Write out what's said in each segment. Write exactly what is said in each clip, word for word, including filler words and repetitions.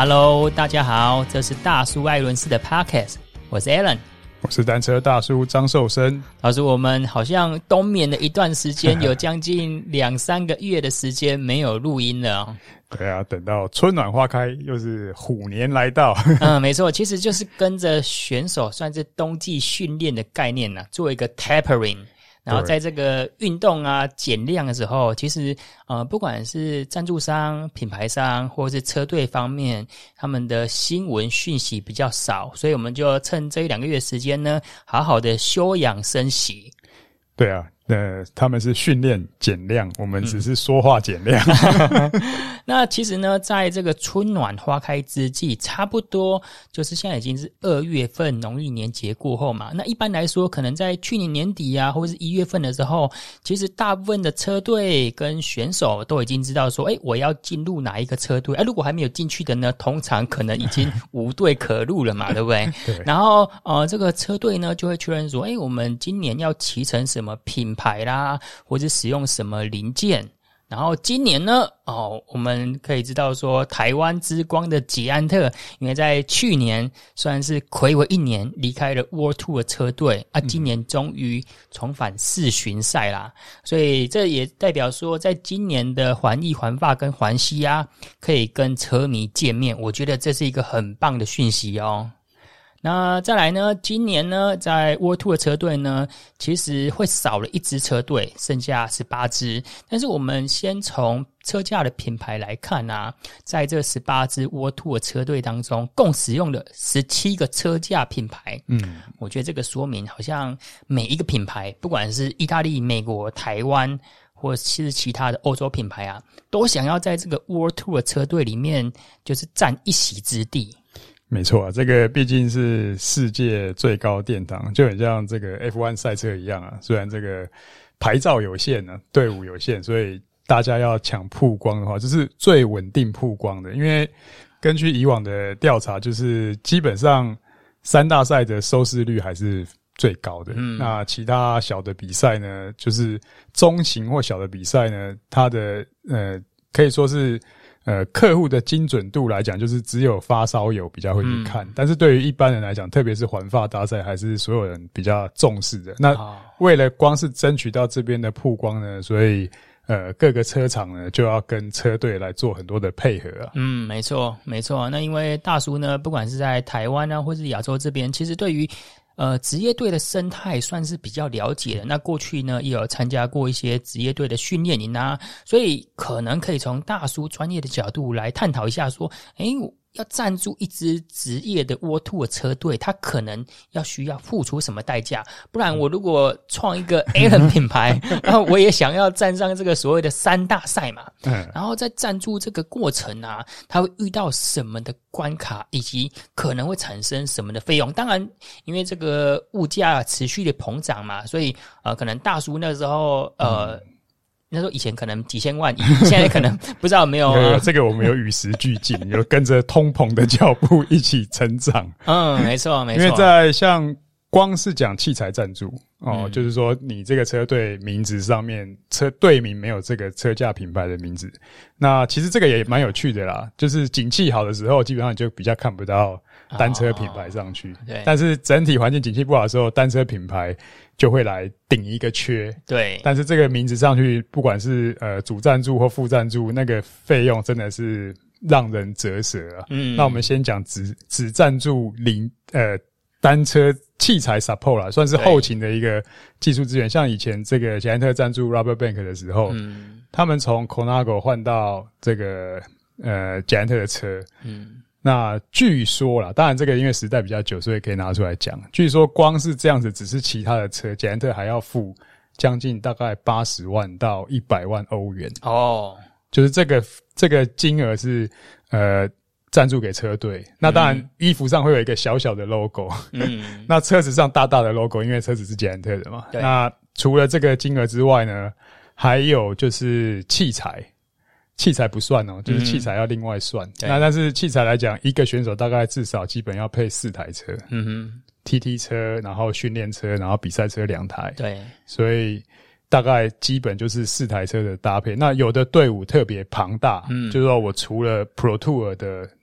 Hello， 大家好，这是大叔艾伦斯的 Podcast， 我是 Alan， 我是单车大叔张寿生。 老师，我们好像冬眠了一段时间，有将近两三个月的时间没有录音了哦。 对啊，等到春暖花开，又是虎年来到。 嗯，没错，其实就是跟着选手算是冬季训练的概念啊，做一个 tapering。然后在这个运动啊减量的时候，其实呃不管是赞助商、品牌商或是车队方面，他们的新闻讯息比较少，所以我们就趁这一两个月时间呢，好好的休养生息。 对啊，呃，他们是训练减量，我们只是说话减量。 嗯、那其实呢，在这个春暖花开之际，差不多就是现在已经是二月份，农历年节过后嘛。那一般来说，可能在去年年底啊，或者是一月份的时候，其实大部分的车队跟选手都已经知道说，哎，我要进入哪一个车队。哎，如果还没有进去的呢，通常可能已经无队可入了嘛，对不对？ 对。 然后呃，这个车队呢就会确认说，哎，我们今年要骑乘什么品牌啦，或者使用什么零件。然后今年呢，哦，我们可以知道说，台湾之光的捷安特，因为在去年算是睽违一年离开了 World Tour 的车队啊，今年终于重返世巡赛啦，所以这也代表说，在今年的环意、环法跟环西啊，可以跟车迷见面，我觉得这是一个很棒的讯息哦。那再来呢，今年呢，在 World Tour 的车队呢，其实会少了一支车队，剩下十八支。但是我们先从车架的品牌来看啊，在这十八支 World Tour 的车队当中，共使用了十七个车架品牌。嗯，我觉得这个说明好像每一个品牌，不管是意大利、美国、台湾，或是其他的欧洲品牌啊，都想要在这个 World Tour 的车队里面，就是占一席之地。 没错啊，这个毕竟是世界最高殿堂，就很像这个 F 一 赛车一样啊。虽然这个牌照有限啊，队伍有限，所以大家要抢曝光的话，这是最稳定曝光的。因为根据以往的调查，就是基本上三大赛的收视率还是最高的。嗯，那其他小的比赛呢，就是中型或小的比赛呢，它的呃可以说是。呃，客户的精准度来讲，就是只有发烧友比较会去看，嗯、但是对于一般人来讲，特别是环法大赛，还是所有人比较重视的。那为了光是争取到这边的曝光呢，所以呃各个车厂呢就要跟车队来做很多的配合啊。 嗯，没错，没错。那因为大叔呢，不管是在台湾啊，或是亚洲这边，其实对于呃，职业队的生态算是比较了解的。那过去呢，也有参加过一些职业队的训练营啊，所以可能可以从大叔专业的角度来探讨一下，说，诶，要赞助一支职业的 World Tour 的车队，他可能要需要付出什么代价？不然我如果创一个 Alan 品牌，然后我也想要站上这个所谓的三大赛嘛，然后在赞助这个过程啊，他会遇到什么的关卡，以及可能会产生什么的费用？当然，因为这个物价持续的膨胀嘛，所以呃，可能大叔那时候呃。嗯那时候以前可能几千万亿，现在可能不知道有没有。 有有这个我们有与时俱进，有跟着通膨的脚步一起成长。 嗯，没错没错。 因为在像光是讲器材赞助哦、嗯，就是说你这个车队名字上面车队名没有这个车架品牌的名字，那其实这个也蛮有趣的啦。就是景气好的时候，基本上你就比较看不到单车品牌上去。哦、对。但是整体环境景气不好的时候，单车品牌就会来顶一个缺， 对。 但是这个名字上去，不管是呃主赞助或副赞助，那个费用真的是让人啧舌啊。嗯，那我们先讲只只赞助零呃单车器材 support 啦，算是后勤的一个技术资源。像以前这个捷安特赞助 Rubber Bank 的时候，嗯，他们从 Colnago 换到这个呃捷安特的车，嗯。那据说啦，当然这个因为时代比较久，所以可以拿出来讲。据说光是这样子，只是其他的车，捷安特还要付将近大概八十万到一百万欧元。哦，就是这个这个金额是呃赞助给车队。那当然衣服上会有一个小小的 logo， 嗯，那车子上大大的 logo， 因为车子是捷安特的嘛。那除了这个金额之外呢，还有就是器材。器材不算哦，就是器材要另外算。嗯、那但是器材来讲，一个选手大概至少基本要配四台车，嗯哼 ，T T 车，然后训练车，然后比赛车两台。对，所以大概基本就是四台车的搭配。那有的队伍特别庞大，嗯，就是说我除了 Pro Tour 的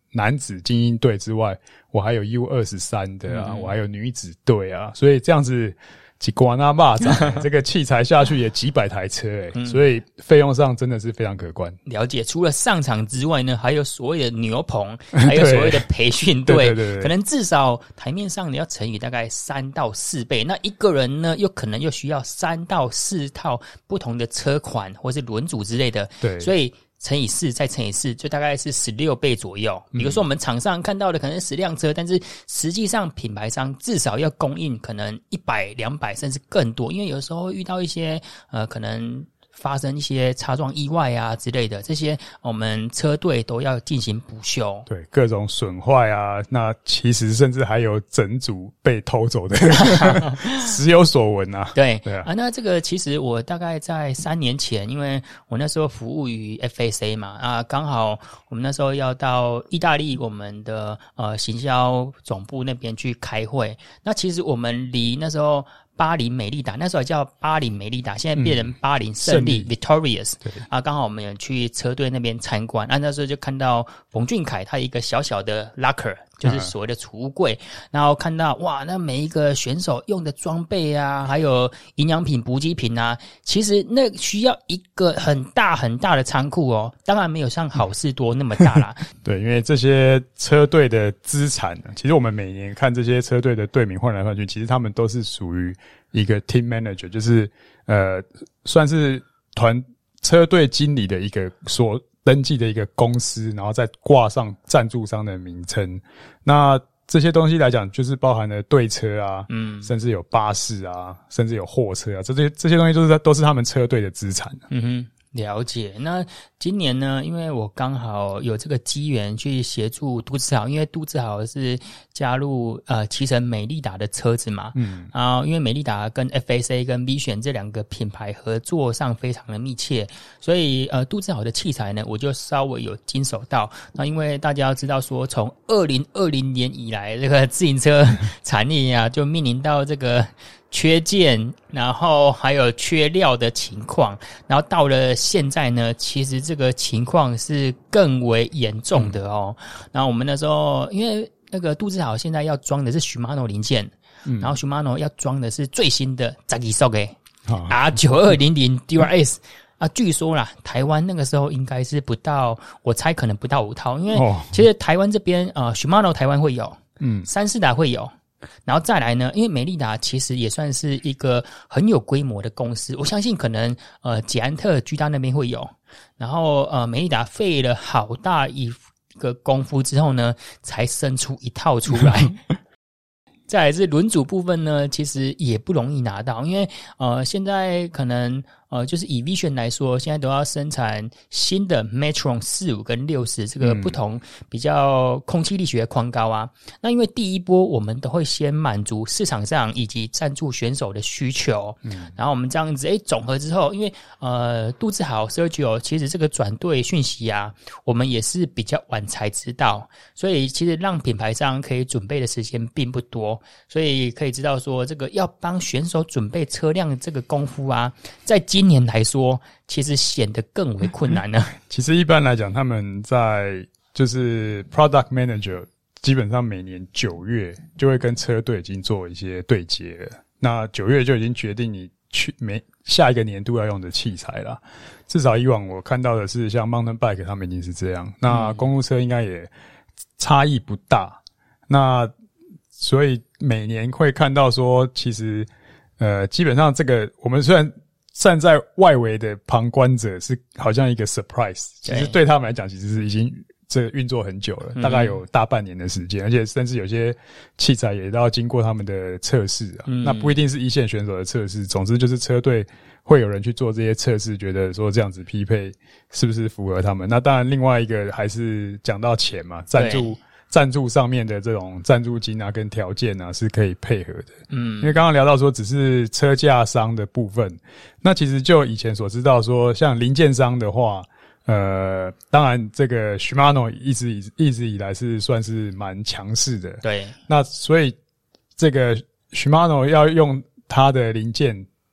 男子精英队之外，我还有 U 二十三 的啊、嗯，我还有女子队啊，所以这样子几瓜那蚂蚱，这个器材下去也几百台车诶、欸嗯，所以费用上真的是非常可观。 了解，除了上场之外呢，还有所谓的牛棚，还有所谓的培训队， 对对对对， 可能至少台面上你要乘以大概三到四倍。那一个人呢，又可能又需要三到四套不同的车款或是轮组之类的， 对， 所以乘以四再乘以四，就大概是十六倍左右。比如说我们场上看到的可能十辆车，但是实际上品牌商至少要供应可能一百、两百甚至更多，因为有时候会遇到一些呃可能发生一些擦撞意外啊之类的，这些我们车队都要进行补修。 对，各种损坏啊，那其实甚至还有整组被偷走的，时有所闻啊。 对， 对啊， 啊，那这个其实我大概在三年前，因为我那时候服务于 F S A 嘛，啊，刚好我们那时候要到意大利我们的呃行销总部那边去开会，那其实我们离那时候巴林美利达，那时候叫巴林美利达，现在变成巴林胜利、嗯、Victorious 啊，刚好我们有去车队那边参观，啊，那时候就看到冯俊凯他一个小小的 locker， 就是所谓的储物柜、嗯，然后看到哇，那每一个选手用的装备啊，还有营养品、补给品啊，其实那需要一个很大很大的仓库哦，当然没有像好事多那么大啦。 对，因为这些车队的资产，其实我们每年看这些车队的队名换来换去，其实他们都是属于一个 team manager， 就是呃，算是团车队经理的一个所登记的一个公司，然后再挂上赞助商的名称。那这些东西来讲，就是包含了队车啊，嗯，甚至有巴士啊，甚至有货车啊，这些这些东西都是都是他们车队的资产、啊。 嗯哼。了解。那今年呢，因为我刚好有这个机缘去协助杜志豪，因为杜志豪是加入呃骑乘美利达的车子嘛，嗯，啊，因为美利达跟 F S A 跟 Vision 这两个品牌合作上非常的密切，所以呃杜志豪的器材呢，我就稍微有经手到。那因为大家要知道说，从二零二零年以来，这个自行车产业啊，就面临到这个缺件，然后还有缺料的情况，然后到了现在呢，其实这个情况是更为严重的哦。嗯、然后我们那时候，因为那个杜志豪现在要装的是 Shimano 零件，嗯、然后 Shimano 要装的是最新的十二速的 R 九二零零 D R S 啊，据说啦，台湾那个时候应该是不到，我猜可能不到五套，因为其实台湾这边呃 Shimano 台湾会有，嗯，三四达会有。然后再来呢，因为美利达其实也算是一个很有规模的公司，我相信可能呃捷安特、巨大那边会有，然后呃美利达费了好大一个功夫之后呢，才生出一套出来。再来是轮组部分呢，其实也不容易拿到，因为呃现在可能呃就是以 Vision 来说，现在都要生产新的 Metron 四五跟六十这个不同比较空气力学的框高啊。嗯、那因为第一波我们都会先满足市场上以及赞助选手的需求，嗯，然后我们这样子诶总和之后，因为呃杜志豪 Sergio 其实这个转队讯息啊，我们也是比较晚才知道，所以其实让品牌商可以准备的时间并不多。所以可以知道说，这个要帮选手准备车辆这个功夫啊，在今年来说，其实显得更为困难呢。 其实一般来讲，他们在就是 product manager 基本上每年九月就会跟车队已经做一些对接了。那九月就已经决定你去每下一个年度要用的器材啦。至少以往我看到的是，像 mountain bike 他们已经是这样，那公路车应该也差异不大。那所以每年会看到说，其实呃，基本上这个我们虽然站在外围的旁观者，是好像一个 surprise， 其实对他们来讲，其实是已经这个运作很久了，大概有大半年的时间，嗯、而且甚至有些器材也都要经过他们的测试啊。嗯、那不一定是一线选手的测试，总之就是车队会有人去做这些测试，觉得说这样子匹配是不是符合他们。那当然，另外一个还是讲到钱嘛，赞助。赞助上面的这种赞助金啊跟条件啊是可以配合的。嗯，因为刚刚聊到说只是车架商的部分，那其实就以前所知道说像零件商的话，呃，当然这个 Shimano 一直以一直以来是算是蛮强势的。 对。 那所以这个 Shimano 要用它的零件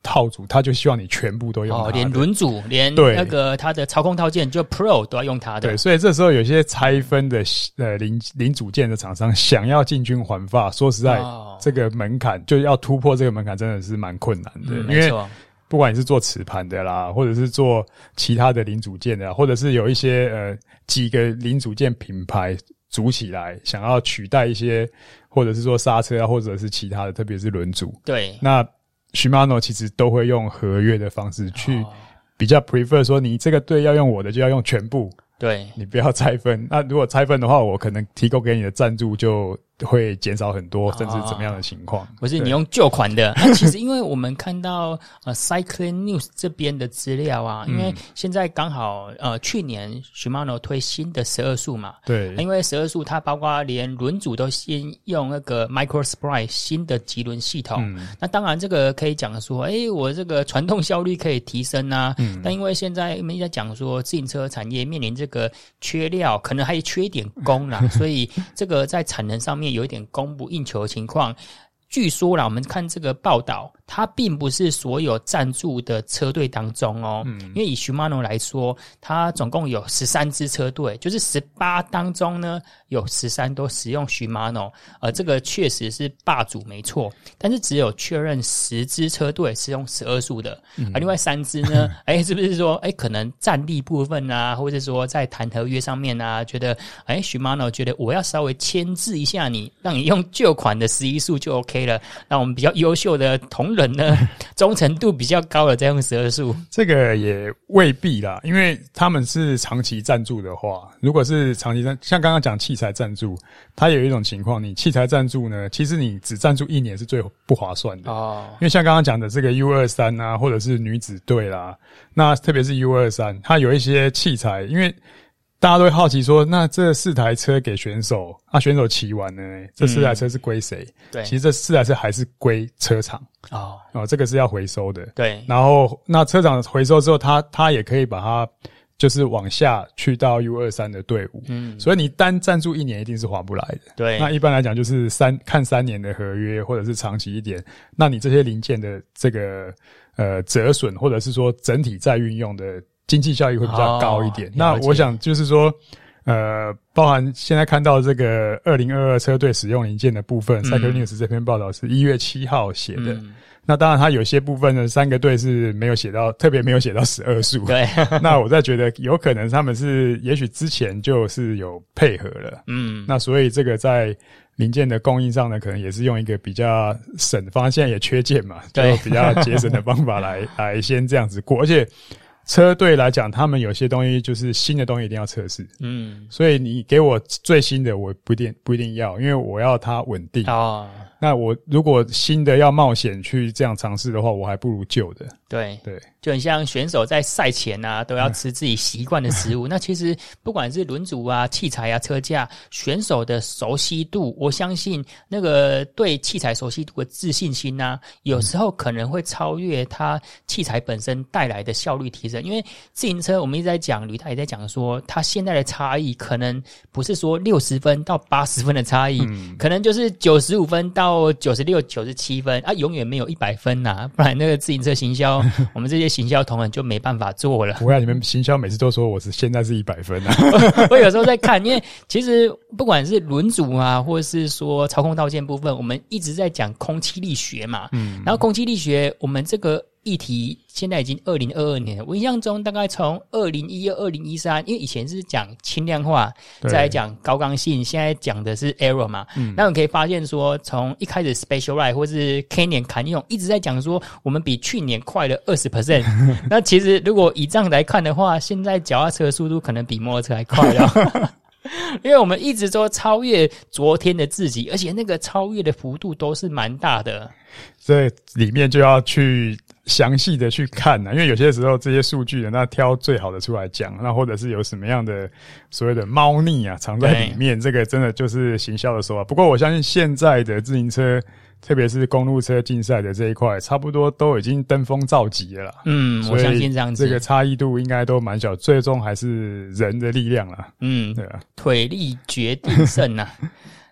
套组，他就希望你全部都用它的。 哦，连轮组，连那个它的操控套件就 Pro 都要用它的。 对，所以这时候有些拆分的呃零零组件的厂商想要进军环法，说实在，哦、这个门槛就要突破这个门槛，真的是蛮困难的， 嗯、 因为不管你是做磁盘的啦，或者是做其他的零组件的啦，或者是有一些呃几个零组件品牌组起来，想要取代一些，或者是说刹车啊，或者是其他的，特别是轮组。 对， 那 Shimano 其实都会用合约的方式去比较 prefer 说，你这个队要用我的就要用全部， 对， 你不要拆分。那如果拆分的话，我可能提供给你的赞助就会减少很多，甚至怎么样的情况？ 不是你用旧款的，啊、其实因为我们看到呃 Cycling News 这边的资料啊，因为现在刚好呃去年 Shimano 推新的十二速嘛， 对， 因为十二速它包括连轮组都先用那个 Micro Sprite 新的棘轮系统，嗯、那当然这个可以讲说，诶，我这个传动效率可以提升啊，嗯、但因为现在我们一直在讲说自行车产业面临这个缺料，可能还缺一点工啦，所以这个在产能上面有一点供不应求的情况。据说啦，我们看这个报道，它并不是所有赞助的车队当中哦，嗯、因为以 Shimano 来说，它总共有十三支车队，就是十八当中呢，有十三都使用 Shimano， 呃，这个确实是霸主没错，但是只有确认十支车队是用十二速的，嗯、而另外三支呢，哎，是不是说，哎，可能战力部分啊，或者说在谈合约上面啊，觉得，哎 ，Shimano 觉得我要稍微牵制一下你，让你用旧款的十一速就 OK。那我们比较优秀的同仁呢，忠诚度比较高的再用十二速， 这个也未必啦，因为他们是长期赞助的话，如果是长期赞，像刚刚讲器材赞助，它有一种情况，你器材赞助呢，其实你只赞助一年是最不划算的哦，因为像刚刚讲的这个 U 二十三 啊，或者是女子队啦，那特别是 U 二十三，它有一些器材，因为大家都会好奇说，那这四台车给选手，啊，选手骑完呢，这四台车是归谁？对，其实这四台车还是归车厂哦，哦，这个是要回收的。 对， 然后那车厂回收之后，他他也可以把它就是往下去到 U 二十三 的队伍。嗯，所以你单赞助一年一定是划不来的。 对， 那一般来讲就是三看三年的合约，或者是长期一点，那你这些零件的这个呃折损，或者是说整体再运用的经济效益会比较高一点。哦、那我想就是说，呃，包含现在看到这个二零二二车队使用零件的部分 ，Cycling News 这篇报道是一月七号写的。嗯、那当然，它有些部分呢，三个队是没有写到，特别没有写到十二速。 对， 那我在觉得有可能他们是，也许之前就是有配合了。嗯，那所以这个在零件的供应上呢，可能也是用一个比较省，方现在也缺件嘛，就比较节省的方法来来先这样子过，而且。车队来讲，他们有些东西就是新的东西一定要测试，嗯，所以你给我最新的，我不一定不一定要，因为我要它稳定哦。那我如果新的要冒险去这样尝试的话，我还不如旧的。 对对， 就很像选手在赛前啊，都要吃自己习惯的食物。嗯、那其实不管是轮组啊、器材啊、车架，选手的熟悉度，我相信那个对器材熟悉度的自信心啊，有时候可能会超越他器材本身带来的效率提升。因为自行车我们一直在讲，吕大也在讲说，它现在的差异可能不是说六十分到八十分的差异，嗯、可能就是九十五分到九十六、九十七分啊，永远没有一百分呐、啊，不然那个自行车行销。我们这些行销同仁就没办法做了。 不会，你们行销每次都说我是现在是一百分啊。 我有时候在看，因为其实不管是轮组啊，或者是说操控套件部分，我们一直在讲空气力学嘛。嗯，然后空气力学，我们这个议题现在已经二零二二年了，我印象中大概从二零一二、二零一三，因为以前是讲轻量化，再来讲高刚性，现在讲的是 Aero 嘛。嗯，那我们可以发现说，从一开始 Specialized 或是 Canyon 坎用一直在讲说，我们比去年快了 百分之二十。那其实如果以这样来看的话，现在脚踏车的速度可能比摩托车还快了。因为我们一直说超越昨天的自己，而且那个超越的幅度都是蛮大的。 这里面就要去详细的去看啊，因为有些时候这些数据呢，那挑最好的出来讲，那或者是有什么样的所谓的猫腻啊藏在里面，这个真的就是行销的手法。不过我相信现在的自行车，特别是公路车竞赛的这一块，差不多都已经登峰造极了啦。 嗯，我相信这样子， 这个差异度应该都蛮小，最终还是人的力量啦。嗯，对啊， 腿力决定胜啊。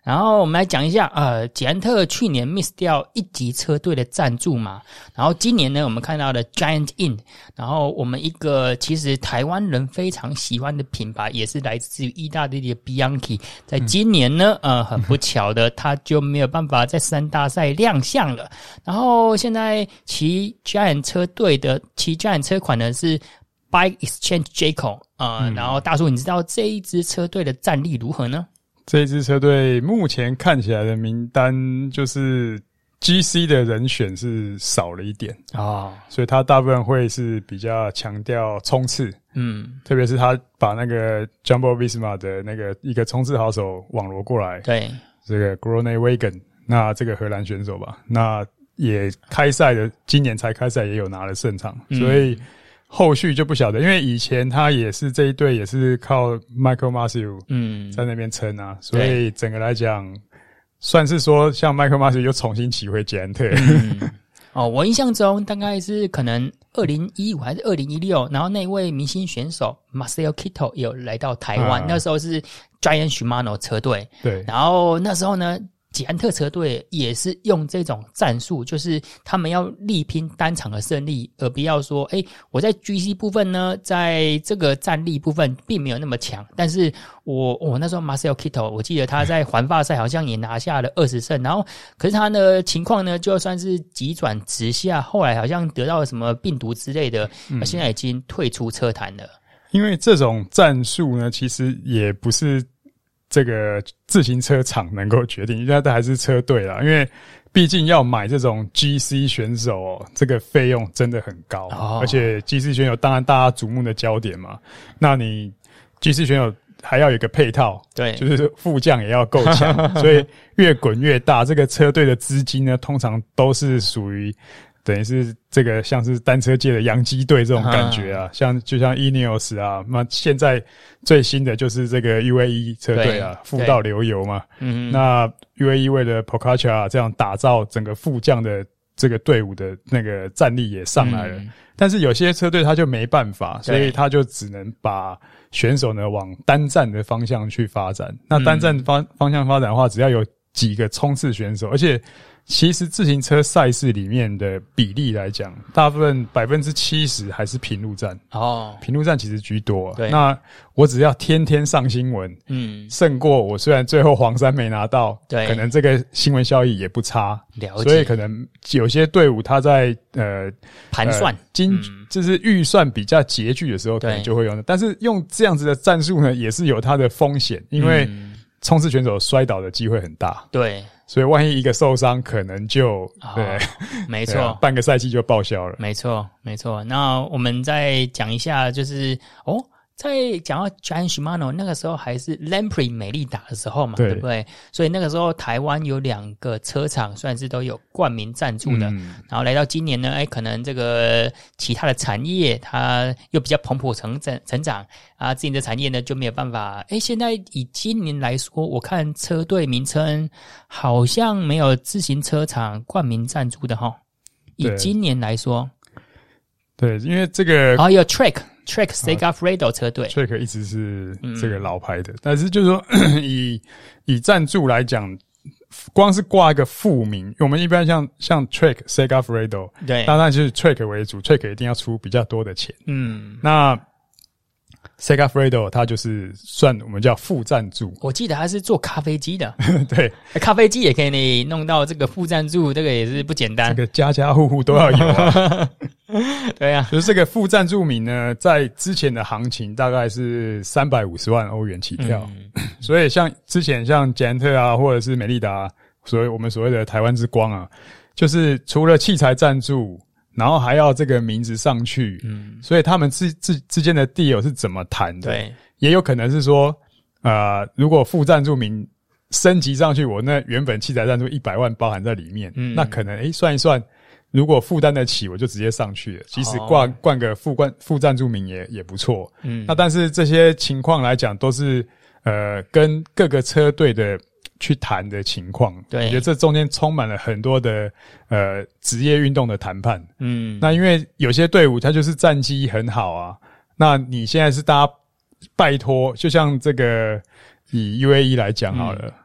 然后我们来讲一下，呃，捷安特去年 miss 掉一级车队的赞助嘛，然后今年呢，我们看到了 Giant Inn， 然后我们一个其实台湾人非常喜欢的品牌，也是来自于意大利的 Bianchi， 在今年呢，呃，很不巧的，他就没有办法在三大赛亮相了。然后现在骑 Giant 车队的骑 Giant 车款呢是 Bike Exchange Jayco， 呃、嗯，然后大叔，你知道这一支车队的战力如何呢？ 这一支车队目前看起来的名单就是 G C 的人选是少了一点啊、哦，所以他大部分会是比较强调冲刺，嗯，特别是他把那个 Jumbo Visma 的那个一个冲刺好手网罗过来， 对， 这个 Groenewegen， 那这个荷兰选手吧，那也开赛的，今年才开赛也有拿了胜场，嗯、所以。后续就不晓得，因为以前他也是这一队也是靠 Michael Matthew 嗯在那边撑啊，所以整个来讲算是说像 Michael Matthew 又重新骑回捷安特。嗯、 哦，我印象中大概是可能二零一五还是二零一六，然后那位明星选手 Marcel Kittel 有来到台湾、啊，那时候是 Giant Shimano 车队，对，然后那时候呢。捷安特车队也是用这种战术，就是他们要力拼单场的胜利，而不要说，诶，我在 G C 部分呢，在这个战力部分并没有那么强，但是我我那时候 Marcel Kittel， 我记得他在环法赛好像也拿下了二十胜，然后可是他的情况呢，就算是急转直下，后来好像得到了什么病毒之类的，嗯、现在已经退出车坛了。 因为这种战术呢，其实也不是。这个自行车厂能够决定，应该还是车队啦，因为毕竟要买这种 G C 选手哦，这个费用真的很高，哦、而且 G C 选手当然大家瞩目的焦点嘛，那你 G C 选手还要有一个配套，对，就是副将也要够强，所以越滚越大，这个车队的资金呢，通常都是属于。等于是这个像是单车界的洋基队这种感觉啊，像就像 Ineos 啊，那现在最新的就是这个 U A E 车队啊，富道流油嘛，嗯，那 U A E 为了 Pogačar 这样打造整个副将的这个队伍的那个战力也上来了，嗯、但是有些车队他就没办法，所以他就只能把选手呢往单战的方向去发展。那单战方方向发展的话，只要有几个冲刺选手，而且。其实自行车赛事里面的比例来讲，大部分百分之七十还是平路战哦，平路战其实居多、啊。对，那我只要天天上新闻，嗯，胜过我虽然最后黄山没拿到，对，可能这个新闻效益也不差。了解，所以可能有些队伍他在呃盘算、呃、 经、嗯、就是预算比较拮据的时候，可能就会用的。但是用这样子的战术呢，也是有它的风险，因为冲刺选手摔倒的机会很大。对。所以万一一个受伤，可能就、哦、对， 没错、啊， 半个赛季就报销了。 没错，没错。那我们再讲一下，就是哦，在讲到 Giant Shimano 那个时候还是 Lamprey 美利达的时候嘛， 对, 对不对？所以那个时候台湾有两个车厂算是都有冠名赞助的、嗯、然后来到今年呢，哎，可能这个其他的产业它又比较蓬勃成长成长啊，自己的产业呢就没有办法。哎，现在以今年来说，我看车队名称好像没有自行车厂冠名赞助的齁。以今年来说， 对，因为这个哦有 Trek Trek Segafredo 车队、 啊、Trek 一直是这个老牌的、嗯、但是就是说以以赞助来讲，光是挂一个副名，我们一般像像 Trek Segafredo 对，当然就是 Trek 为主， Trek 一定要出比较多的钱，嗯，那Segafredo 它就是算我们叫副赞助， 我记得它是做咖啡机的对， 咖啡机也可以弄到这个副赞助，这个也是不简单， 这个家家户户都要有啊对啊， 就是这个副赞助名呢，在之前的行情大概是三百五十万欧元起跳、嗯、所以像之前像捷安特啊或者是美利达，所谓我们所谓的台湾之光啊，就是除了器材赞助，然后还要这个名字上去，嗯，所以他们之之之间的 deal 是怎么谈的？对，也有可能是说，呃，如果副赞助名升级上去，我那原本器材赞助一百万包含在里面，嗯，那可能诶算一算，如果负担得起，我就直接上去了。其实挂冠个副冠副赞助名也也不错，嗯，那但是这些情况来讲，都是呃跟各个车队的去谈的情况，对，我觉得这中间充满了很多的呃职业运动的谈判，嗯，那因为有些队伍它就是战绩很好啊，那你现在是大家拜托，就像这个以 U A E 来讲好了，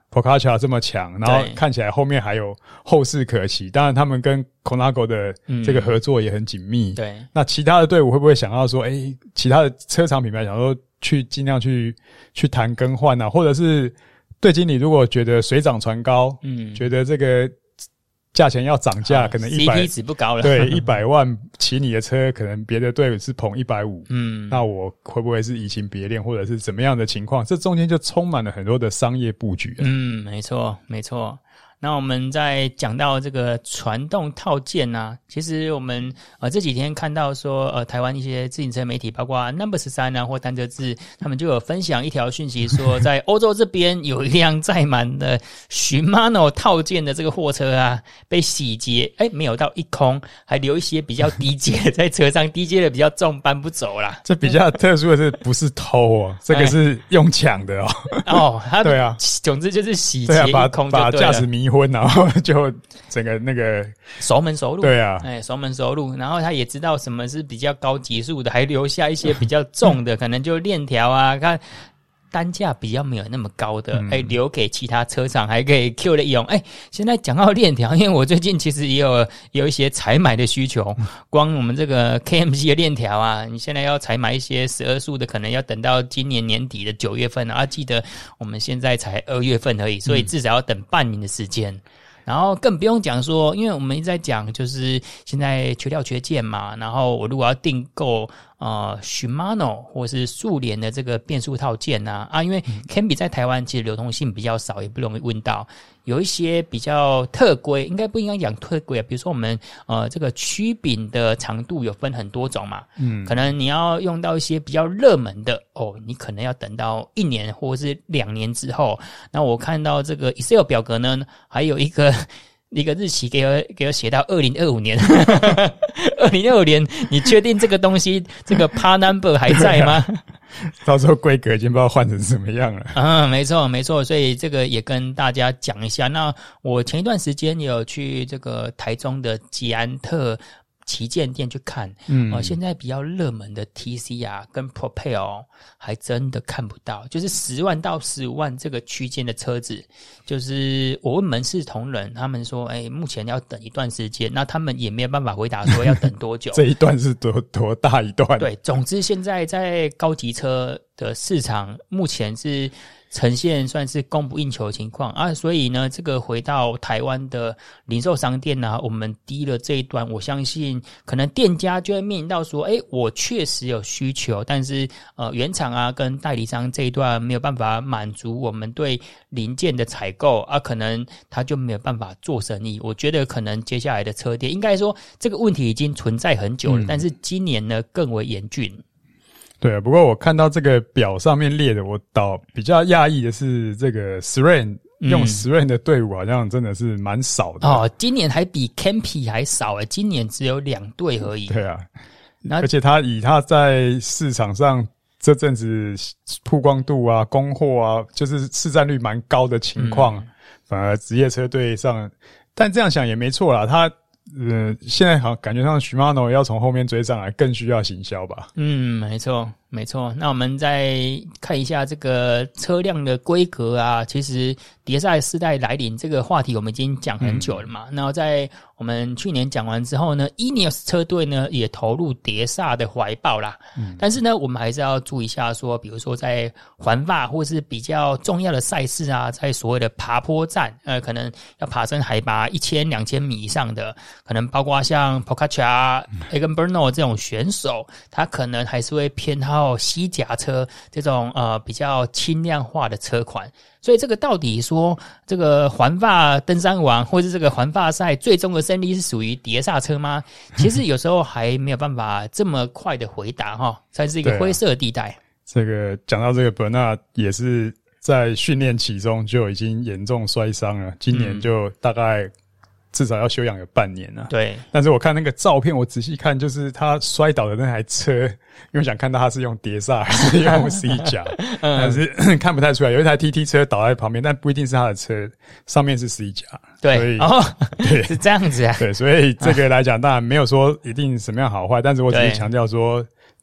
Pogačar 这么强，然后看起来后面还有后势可期。当然，他们跟 Colnago 的这个合作也很紧密。 嗯、对， 那其他的队伍会不会想要说，哎、欸，其他的车厂品牌想说去尽量去去谈更换啊，或者是队经理如果觉得水涨船高，嗯，觉得这个价钱要涨价，可能一百 C P 值不高了， 对，一百万骑你的车，可能别的队伍是捧一百五，嗯，那我会不会是移情别恋，或者是怎么样的情况？这中间就充满了很多的商业布局、啊。 嗯，没错，没错。那我们在讲到这个传动套件啊，其实我们呃这几天看到说呃台湾一些自行车媒体，包括 Number 十三啊或单车志，他们就有分享一条讯息说，在欧洲这边有一辆载满的 Shimano 套件的这个货车啊，被洗劫，哎，没有到一空，还留一些比较低阶的在车上，低阶的比较重，搬不走啦。 这比较特殊的是，不是偷哦，这个是用抢的哦。 哦，他对啊， 总之就是洗劫一空就对了， 把驾驶迷昏，然后就整个那个熟门熟路。 对啊， 哎，熟门熟路。然后他也知道什么是比较高级数的，还留下一些比较重的，可能就链条啊，看单价比较没有那么高的，哎、嗯，留给其他车厂，还可以 Q 的用。哎，现在讲到链条，因为我最近其实也有有一些采买的需求，光我们这个 K M G 的链条啊，你现在要采买一些十二速的，可能要等到今年年底的九月份啊，记得我们现在才二月份而已，所以至少要等半年的时间。嗯，然后更不用讲说，因为我们一直在讲，就是现在缺料缺件嘛。然后我如果要订购呃 Shimano 或是速联的这个变速套件啊，啊，因为 Camby 在台湾其实流通性比较少，也不容易问到。有一些比较特规，应该不应该讲特规啊？比如说我们呃这个曲柄的长度有分很多种嘛，嗯，可能你要用到一些比较热门的哦，你可能要等到一年或者是两年之后。那我看到这个 Excel 表格呢，还有一个一个日期给我给我写到二零二五年，二零二五年，你确定这个东西这个 part number 还在吗？ 到时候规格已经不知道换成什么样了。 嗯，没错没错，所以这个也跟大家讲一下。那我前一段时间也有去这个台中的捷安特旗舰店去看，嗯，呃，现在比较热门的 T C 啊，跟 Propel 还真的看不到，就是十万到十五万这个区间的车子，就是我问门市同仁，他们说，哎，目前要等一段时间，那他们也没有办法回答说要等多久。 这一段是多多大一段？ 对，总之现在在高级车的市场目前是呈现算是供不应求的情况啊，所以呢，这个回到台湾的零售商店呢、啊，我们低了这一段，我相信可能店家就会面临到说，诶，我确实有需求，但是呃，原厂啊跟代理商这一段没有办法满足我们对零件的采购啊，可能他就没有办法做生意。我觉得可能接下来的车店，应该说这个问题已经存在很久了，嗯、但是今年呢更为严峻。 对啊，不过我看到这个表上面列的，我倒比较讶异的是，这个 S R A M、嗯、用 S R A M 的队伍好像真的是蛮少的哦。今年还比 Campy 还少诶，今年只有两队而已。 对啊，而且他以他在市场上这阵子曝光度啊、供货啊，就是市占率蛮高的情况，嗯、反而职业车队上，但这样想也没错啦，他。呃，现在好像感觉上 Shimano 要从后面追上来，更需要行销吧？嗯， 没错，没错。那我们再看一下这个车辆的规格啊，其实碟刹世代来临这个话题我们已经讲很久了嘛。嗯、然后在我们去年讲完之后呢 ，Ineos 车队呢也投入碟刹的怀抱啦。嗯、但是呢，我们还是要注意一下说，比如说在环法或是比较重要的赛事啊，在所谓的爬坡站，呃，可能要爬升海拔一千、两千米以上的。可能包括像 Pogačar、Egan Bernal 这种选手，他可能还是会偏好西甲车这种呃比较轻量化的车款。所以这个到底说这个环法登山王或是这个环法赛最终的胜利是属于碟刹车吗？其实有时候还没有办法这么快的回答哈，算是一个灰色地带。 这个讲到这个 Bernal 也是在训练期中就已经严重摔伤了，今年就大概至少要休养有半年啊。 对， 但是我看那个照片，我仔细看，就是他摔倒的那台车，因为想看到他是用碟刹还是用 C 甲，嗯、但是看不太出来。有一台 T T 车倒在旁边，但不一定是他的车，上面是 C 甲。 对， 所以哦， 对， 是这样子啊。 对，所以这个来讲，当然没有说一定什么样好坏，但是我只是强调说，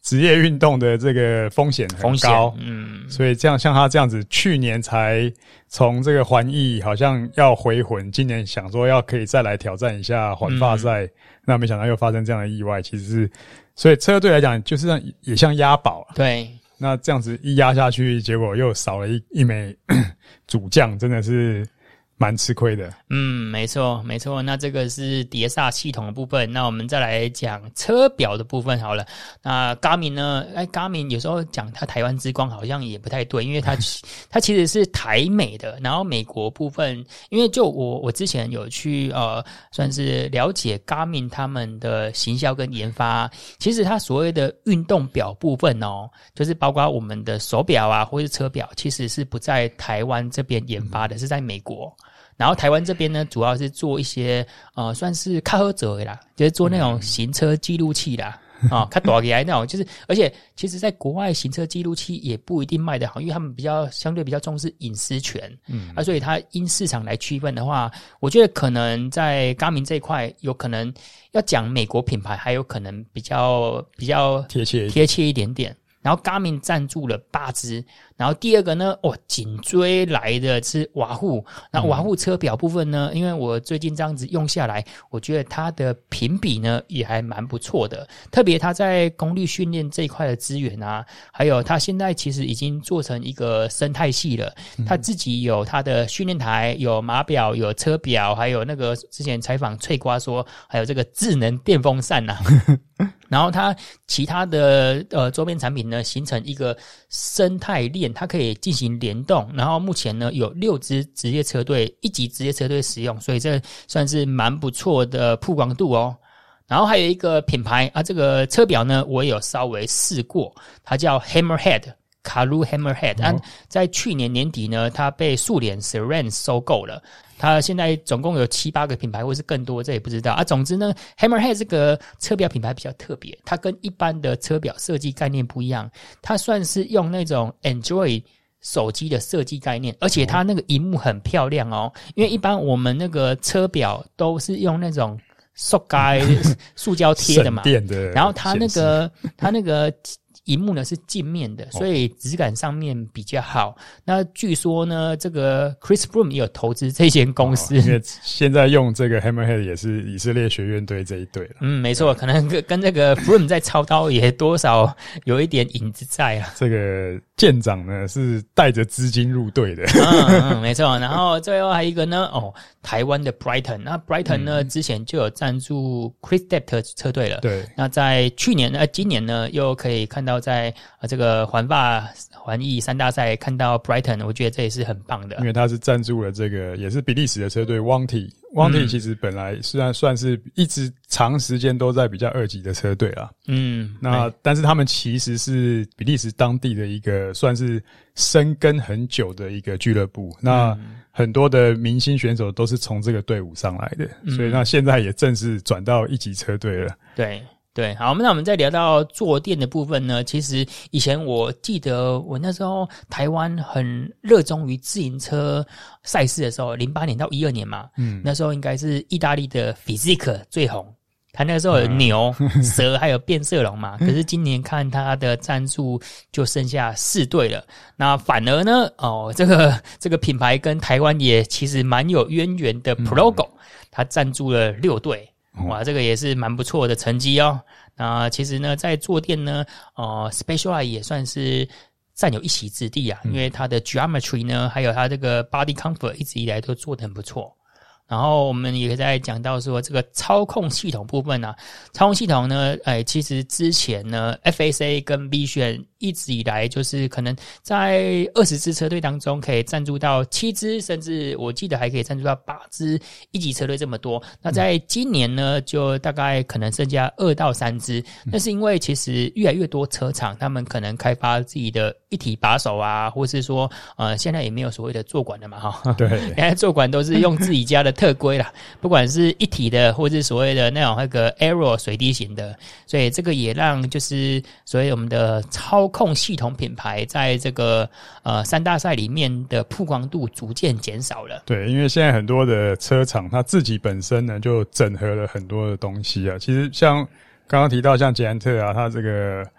职业运动的这个风险很高，嗯，所以这样像他这样子，去年才从这个环意好像要回魂，今年想说要可以再来挑战一下环法赛，嗯，那没想到又发生这样的意外，其实是，所以车队来讲就是像也像押宝， 对， 那这样子一压下去，结果又少了一一枚主将，真的是蛮吃亏的。 嗯，没错没错。那这个是碟刹系统的部分，那我们再来讲车表的部分好了。那 Garmin 呢，哎 Garmin 有时候讲它台湾之光好像也不太对，因为它它其实是台美的，然后美国部分，因为就我我之前有去呃算是了解 Garmin 他们的行销跟研发，其实它所谓的运动表部分哦，就是包括我们的手表啊或是车表，其实是不在台湾这边研发的，是在美国。然后台湾这边呢，主要是做一些呃，算是开喝者啦，就是做那种行车记录器啦，啊，看多起来那种，就是而且其实在国外行车记录器也不一定卖得好，因为他们比较相对比较重视隐私权，嗯，啊，所以它因市场来区分的话，我觉得可能在 Garmin 这一块，有可能要讲美国品牌，还有可能比较比较贴切贴切一点点。然后 Garmin 赞助了八支，然后第二个呢，哦，紧追来的是瓦户。那瓦户车表部分呢，因为我最近这样子用下来，我觉得它的评比呢也还蛮不错的。特别它在功率训练这一块的资源啊，还有它现在其实已经做成一个生态系了。它自己有它的训练台，有码表，有车表，还有那个之前采访翠瓜说，还有这个智能电风扇啊。然后它其他的呃周边产品呢，形成一个生态链，它可以进行联动。然后目前呢有六支职业车队，一级职业车队使用，所以这算是蛮不错的曝光度哦。然后还有一个品牌啊，这个车表呢我也有稍微试过，它叫 Hammerhead。卡路 Hammerhead， 啊，在去年年底呢，它被速联 Seren 收购了。它现在总共有七八个品牌，或是更多，这也不知道啊。总之呢 ，Hammerhead 这个车表品牌比较特别，它跟一般的车表设计概念不一样，它算是用那种 Android 手机的设计概念，而且它那个萤幕很漂亮哦。因为一般我们那个车表都是用那种塑胶塑胶贴的嘛， 的然后它那个它那个。萤幕呢是镜面的，所以质感上面比较好。哦、那据说呢，这个 Chris Froome 也有投资这间公司， 哦、因为现在用这个 Hammerhead 也是以色列学院队这一队了。 嗯，没错，可能跟跟这个 Froome 在操刀也多少有一点影子在啊。 这个舰长呢是带着资金入队的。 嗯嗯，没错。然后最后还有一个呢，哦，台湾的 Brighton， 那 Brighton 呢、嗯、之前就有赞助 Chris Depter 车队了。 对。 那在去年呃今年呢又可以看到。在呃这个环法环意三大赛看到 Brighton， 我觉得这也是很棒的， 因为他是赞助了这个也是比利时的车队 Wanty。Wanty 其实本来虽然算是一直长时间都在比较二级的车队啦，嗯，那但是他们其实是比利时当地的一个算是深耕很久的一个俱乐部，嗯、那很多的明星选手都是从这个队伍上来的，嗯、所以那现在也正式转到一级车队了， 对。对，好，那我们再聊到坐垫的部分呢。其实以前我记得我那时候台湾很热衷于自行车赛事的时候，零八年到一二年嘛，嗯，那时候应该是意大利的 Physique 最红，他那个时候有牛、嗯、蛇还有变色龙嘛。可是今年看他的赞助就剩下四队了，那反而呢，哦，这个这个品牌跟台湾也其实蛮有渊源的 Progo，他赞助了六队。哇，这个也是蛮不错的成绩哦。那其实呢，在坐垫呢，呃 Specialized 也算是占有一席之地啊，因为它的 geometry 呢，还有它这个 body comfort 一直以来都做得很不错。然后我们也在讲到说这个操控系统部分啊，操控系统呢，哎，其实之前呢 F S A 跟 B 选一直以来就是可能在二十支车队当中可以赞助到七支，甚至我记得还可以赞助到八支一级车队这么多。那在今年呢，就大概可能剩下二到三支。那是因为其实越来越多车厂他们可能开发自己的一体把手啊，或是说呃现在也没有所谓的坐管的嘛哈。 对， 现在坐管都是用自己家的特规啦，不管是一体的或是所谓的那种那个 Aero 水滴型的，所以这个也让就是所谓我们的操控系统品牌在这个呃三大赛里面的曝光度逐渐减少了。 对，因为现在很多的车厂它自己本身呢就整合了很多的东西啊。其实像刚刚提到像捷安特啊，它这个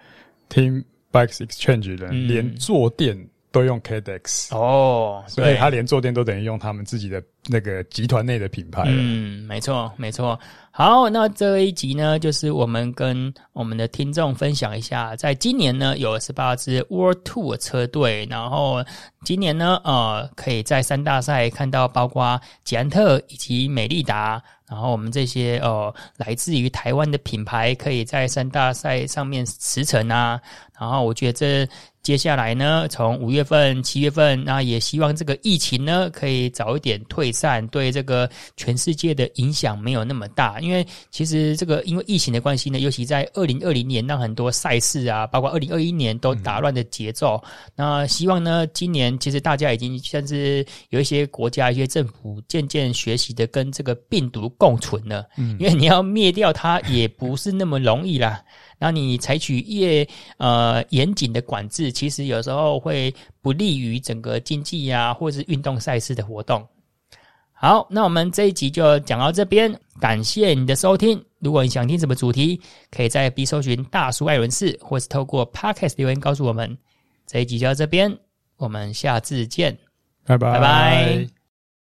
Team Bikes Exchange 的人、嗯、连坐垫都用 K D E X 哦， 所以他连坐垫都等于用他们自己的那个集团内的品牌了。 嗯，没错，没错。好，那这一集呢，就是我们跟我们的听众分享一下，在今年呢有十八支 World Tour 车队，然后今年呢，呃，可以在三大赛看到包括捷安特以及美利达。然后我们这些呃来自于台湾的品牌可以在三大赛上面驰骋啊，然后我觉得这接下来呢，从五月份、七月份，那也希望这个疫情呢可以早一点退散，对这个全世界的影响没有那么大。因为其实这个因为疫情的关系呢，尤其在二零二零年让很多赛事啊，包括二零二一年都打乱的节奏。嗯、那希望呢，今年其实大家已经甚至有一些国家、一些政府渐渐学习的跟这个病毒共存了，嗯，因为你要灭掉它也不是那么容易啦。然后你采取越呃严谨的管制，其实有时候会不利于整个经济啊，或是运动赛事的活动。好，那我们这一集就讲到这边，感谢你的收听。如果你想听什么主题，可以在 F B 搜寻大叔艾伦士，或是透过 Podcast 留言告诉我们。这一集就到这边，我们下次见， 拜拜。 拜拜。